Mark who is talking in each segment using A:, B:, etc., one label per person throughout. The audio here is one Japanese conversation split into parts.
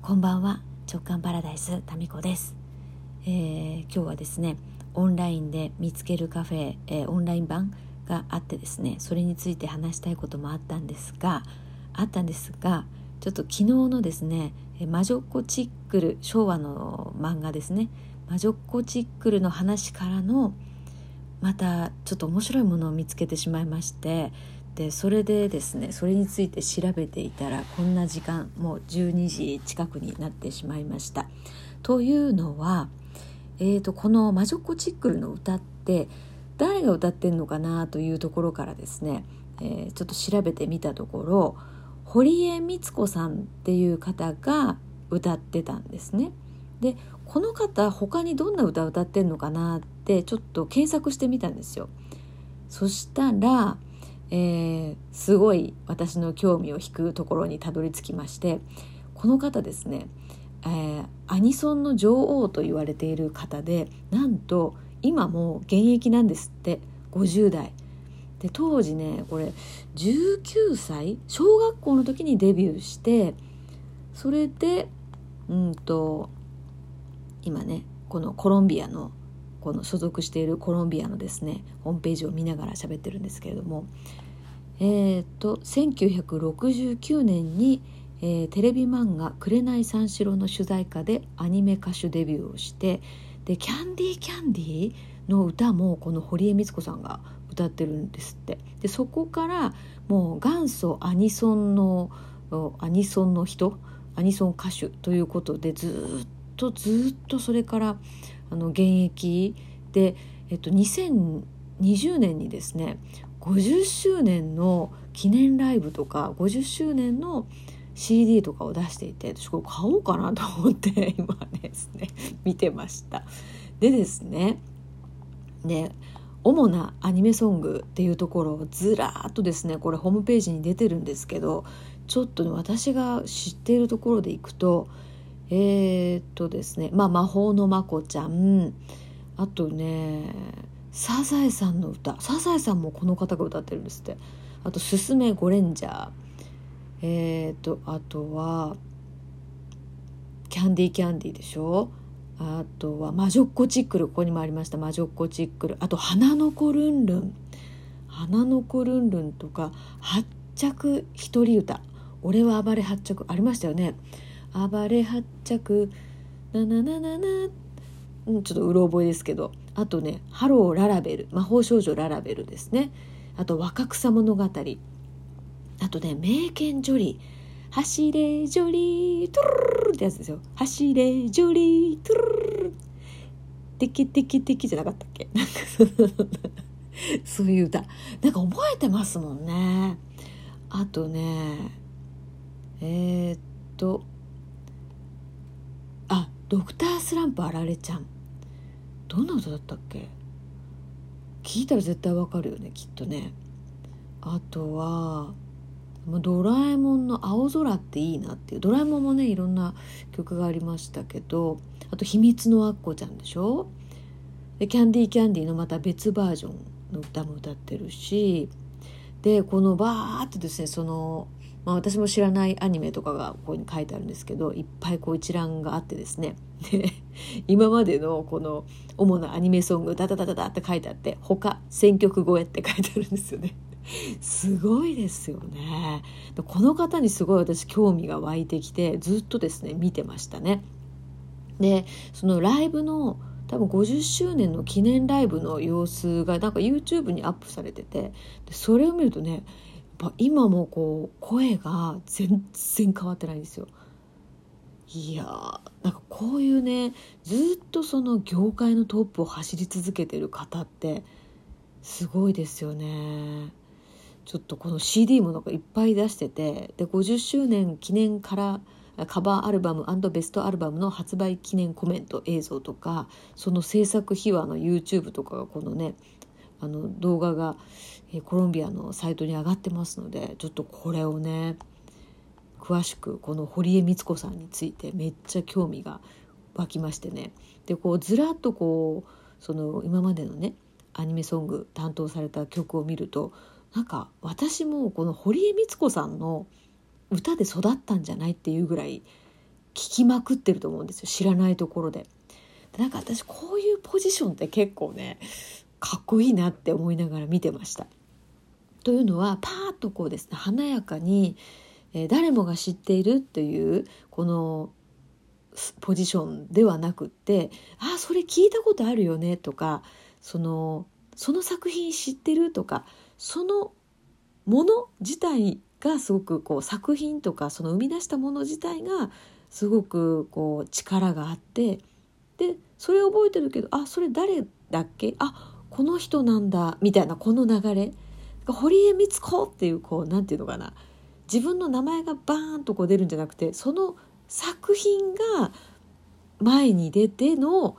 A: こんばんは。直感パラダイスタミコです。今日はですね、オンラインで見つけるカフェ、オンライン版があってですね、それについて話したいこともあったんですが、ちょっと昨日のですね、魔女っ子チックル、昭和の漫画ですね、魔女っ子チックルの話からのまたちょっと面白いものを見つけてしまいまして、でそれでですね、それについて調べていたらこんな時間、もう12時近くになってしまいました。というのは、この魔女っ子チックルの歌って誰が歌ってんのかなというところからですね、ちょっと調べてみたところ、堀江光子さんっていう方が歌ってたんですね。でこの方他にどんな歌を歌ってんのかなってちょっと検索してみたんですよ。そしたら、すごい私の興味を引くところにたどり着きまして、この方ですね、アニソンの女王と言われている方で、なんと今も現役なんですって。50代で、当時ね、これ19歳小学校の時にデビューして、それで今ね、このコロンビアのこの所属しているコロンビアのですねホームページを見ながら喋ってるんですけれども、1969年に、テレビ漫画紅三四郎の主題歌でアニメ歌手デビューをして、でキャンディーの歌もこの堀江光子さんが歌ってるんですって。でそこからもう元祖アニソンの人、アニソン歌手ということでずっとそれから現役で、2020年にですね50周年の記念ライブとか50周年の CD とかを出していて、私これ買おうかなと思って今ですね見てました。でですね、主なアニメソングっていうところをずらーっとですね、これホームページに出てるんですけど、ちょっとね私が知っているところでいくと、ですね、魔法のまこちゃん、あとねサザエさんの歌、サザエさんもこの方が歌ってるんですって。あとすすめゴレンジャー、あとはキャンディーでしょ。あとは魔女っ子チックル、ここにもありました魔女っ子チックル。あと花の子ルンルンとか、発着一人歌、俺は暴れ発着ありましたよね。暴れ発着ななななな、ちょっとうろ覚えですけど、あとねハローララベル、魔法少女ララベルですね。あと若草物語、あとね名犬ジョリー、走れジョリートゥルルってやつですよ。走れジョリートゥルルテキテキテキじゃなかったっけ、なんかそういう歌なんか覚えてますもんね。あとねドクタースランプあられちゃん、どんな歌だったっけ、聞いたら絶対わかるよねきっとね。あとはドラえもんの青空っていいなっていう、ドラえもんもねいろんな曲がありましたけど、あと秘密のアッコちゃんでしょ。でキャンディーのまた別バージョンの歌も歌ってるし、でこのバーっとですね、私も知らないアニメとかがここに書いてあるんですけど、いっぱいこう一覧があってですね、で今までのこの主なアニメソングダダダダダって書いてあって、他1000曲超えって書いてあるんですよね。すごいですよね。この方にすごい私興味が湧いてきて、ずっとですね見てましたね。でそのライブの多分50周年の記念ライブの様子がなんか YouTube にアップされてて、でそれを見るとね、やっぱ今もこう声が全然変わってないんですよ。いやなんかこういうね、ずっとその業界のトップを走り続けてる方ってすごいですよね。ちょっとこの CD もなんかいっぱい出してて、で50周年記念からカバーアルバム&ベストアルバムの発売記念コメント映像とか、その制作秘話の YouTube とかがこのね動画がコロンビアのサイトに上がってますので、ちょっとこれをね詳しくこの堀江光子さんについてめっちゃ興味が湧きましてね。でこうずらっとこうその今までのねアニメソング担当された曲を見ると、なんか私もこの堀江光子さんの歌で育ったんじゃないっていうぐらいきまくってると思うんですよ、知らないところで。なんか私こういうポジションって結構ねかっこいいなって思いながら見てました。というのはパーッとこうですね、華やかに、誰もが知っているというこのポジションではなくって、あ、それ聞いたことあるよねとか、その作品知ってるとか、そのもの自体がすごくこう、作品とかその生み出したもの自体がすごくこう力があって、でそれを覚えてるけど、あ、それ誰だっけ、あ、この人なんだみたいな、この流れ、堀江光子っていうこう、なんていうのかな、自分の名前がバーンとこう出るんじゃなくて、その作品が前に出ての、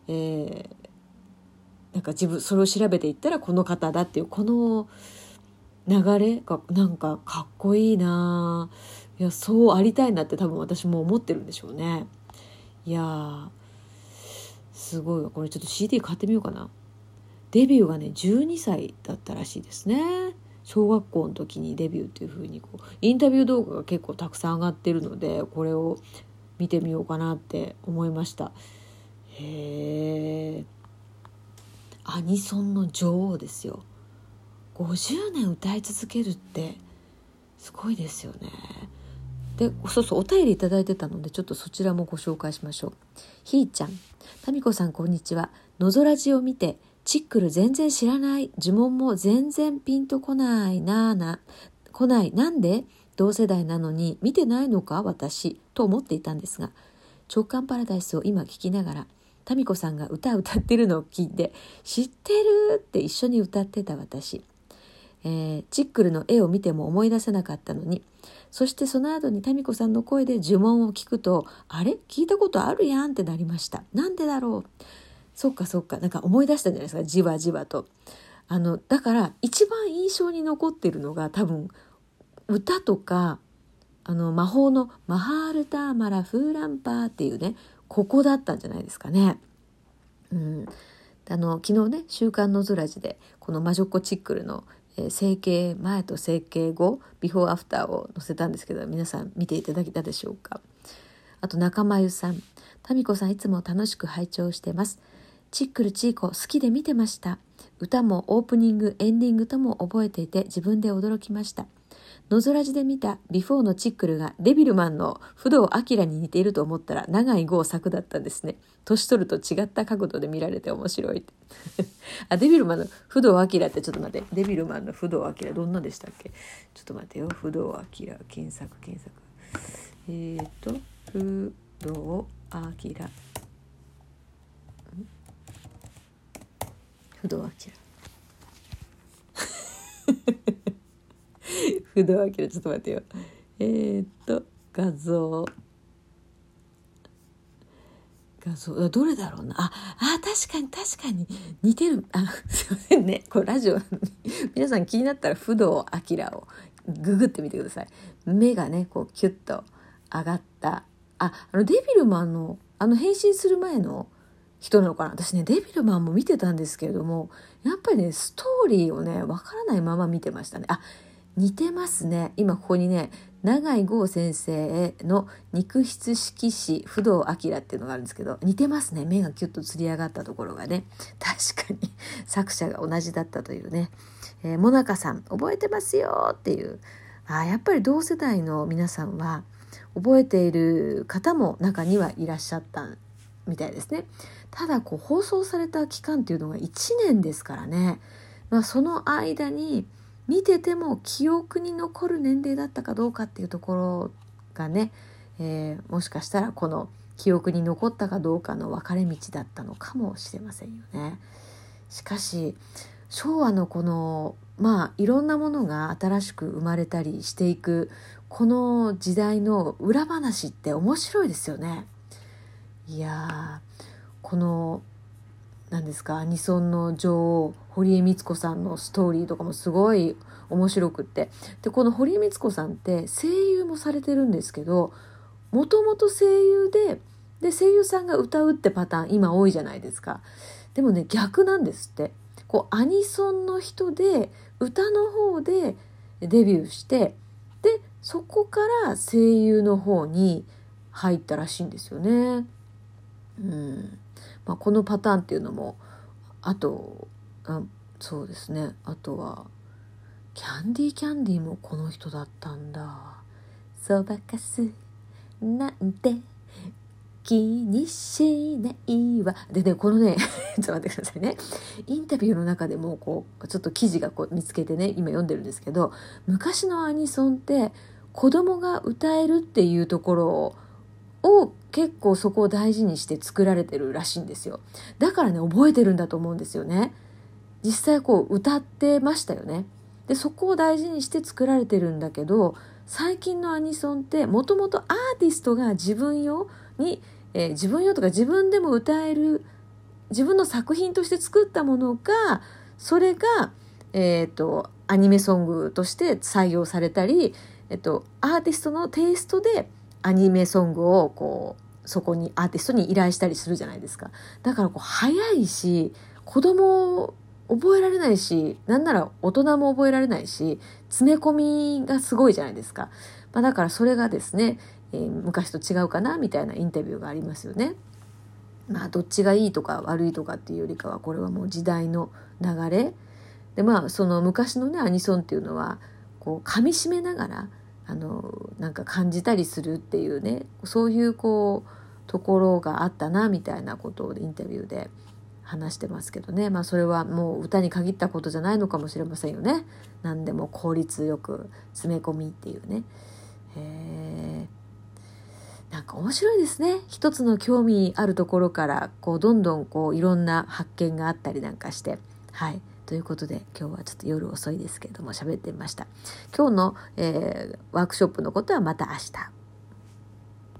A: なんか自分それを調べていったらこの方だっていうこの流れがなんかかっこいいな。いや、そうありたいなって多分私も思ってるんでしょうね。いやすごいわ。これちょっと CD 買ってみようかな。デビューがね12歳だったらしいですね。小学校の時にデビューっていう風にこうインタビュー動画が結構たくさん上がってるので、これを見てみようかなって思いました。へえ、アニソンの女王ですよ。50年歌い続けるってすごいですよね。で、そうそう、お便りいただいてたのでちょっとそちらもご紹介しましょう。ひーちゃん、タミコさんこんにちは。のぞラジを見てチックル全然知らない、呪文も全然ピンとこない来ない、なんで同世代なのに見てないのか私と思っていたんですが、直感パラダイスを今聞きながらタミコさんが歌ってるのを聞いて、知ってるって一緒に歌ってた私、チックルの絵を見ても思い出せなかったのに、そしてその後にタミコさんの声で呪文を聞くと、あれ聞いたことあるやんってなりました。なんでだろう。そっかそっか、なんか思い出したんじゃないですか、じわじわと。だから一番印象に残ってるのが多分歌とか、魔法のマハールターマラフーランパーっていうね、ここだったんじゃないですかね。昨日ね、週刊のずらじでこの魔女っ子チックルの整形前と整形後ビフォーアフターを載せたんですけど、皆さん見ていただけたでしょうか。あと仲間由さん、タミコさんいつも楽しく拝聴してます。チックルチーコ好きで見てました。歌もオープニングエンディングとも覚えていて自分で驚きました。のぞらじで見たビフォーのチックルがデビルマンの不動明に似ていると思ったら長い号作だったんですね。年取ると違った角度で見られて面白いあ、デビルマンの不動明って、ちょっと待って、デビルマンの不動明どんなでしたっけ。ちょっと待ってよ、不動明検索不動明不動明不動明、ちょっと待ってよ。画像どれだろうな。確かに似てる。すいませんね、これラジオ皆さん気になったら不動明をググってみてください。目がねこうキュッと上がった、デビルマンの変身する前の人なのかな。私ねデビルマンも見てたんですけれども、やっぱりねストーリーをねわからないまま見てましたね。似てますね。今ここにね、永井豪先生の肉筆色紙不動明っていうのがあるんですけど、似てますね。目がキュッとつり上がったところがね、確かに作者が同じだったというね。もなかさん覚えてますよっていう。やっぱり同世代の皆さんは覚えている方も中にはいらっしゃったみたいですね。ただこう放送された期間っていうのが1年ですからね。その間に見てても記憶に残る年齢だったかどうかっていうところがね、もしかしたらこの記憶に残ったかどうかの分かれ道だったのかもしれませんよね。しかし昭和のこのいろんなものが新しく生まれたりしていくこの時代の裏話って面白いですよね。いやこの何ですか、アニソンの女王堀江光子さんのストーリーとかもすごい面白くって、でこの堀江光子さんって声優もされてるんですけど、もともと声優で声優さんが歌うってパターン今多いじゃないですか。でもね逆なんですって。こうアニソンの人で歌の方でデビューして、でそこから声優の方に入ったらしいんですよね。このパターンっていうのもそうですね、あとはキャンディーもこの人だったんだ。そばかすなんて気にしないわ。でね、このねちょっと待ってくださいね。インタビューの中でもちょっと記事が見つけてね、今読んでるんですけど、昔のアニソンって子供が歌えるっていうところを結構そこを大事にして作られてるらしいんですよ。だからね、覚えてるんだと思うんですよね。実際歌ってましたよね。でそこを大事にして作られてるんだけど、最近のアニソンってもともとアーティストが自分用とか自分でも歌える自分の作品として作ったものが、それが、アニメソングとして採用されたり、アーティストのテイストでアニメソングをそこにアーティストに依頼したりするじゃないですか。だから早いし、子供覚えられないし、なんなら大人も覚えられないし、詰め込みがすごいじゃないですか。だからそれがですね、昔と違うかなみたいなインタビューがありますよね。どっちがいいとか悪いとかっていうよりかは、これはもう時代の流れで、その昔のねアニソンっていうのは噛み締めながらなんか感じたりするっていうね、そういうところがあったなみたいなことをインタビューで話してますけどね。それはもう歌に限ったことじゃないのかもしれませんよね。何でも効率よく詰め込みっていうね。なんか面白いですね。一つの興味あるところからどんどんいろんな発見があったりなんかして、はい、ということで今日はちょっと夜遅いですけれども喋ってみました。今日の、ワークショップのことはまた明日。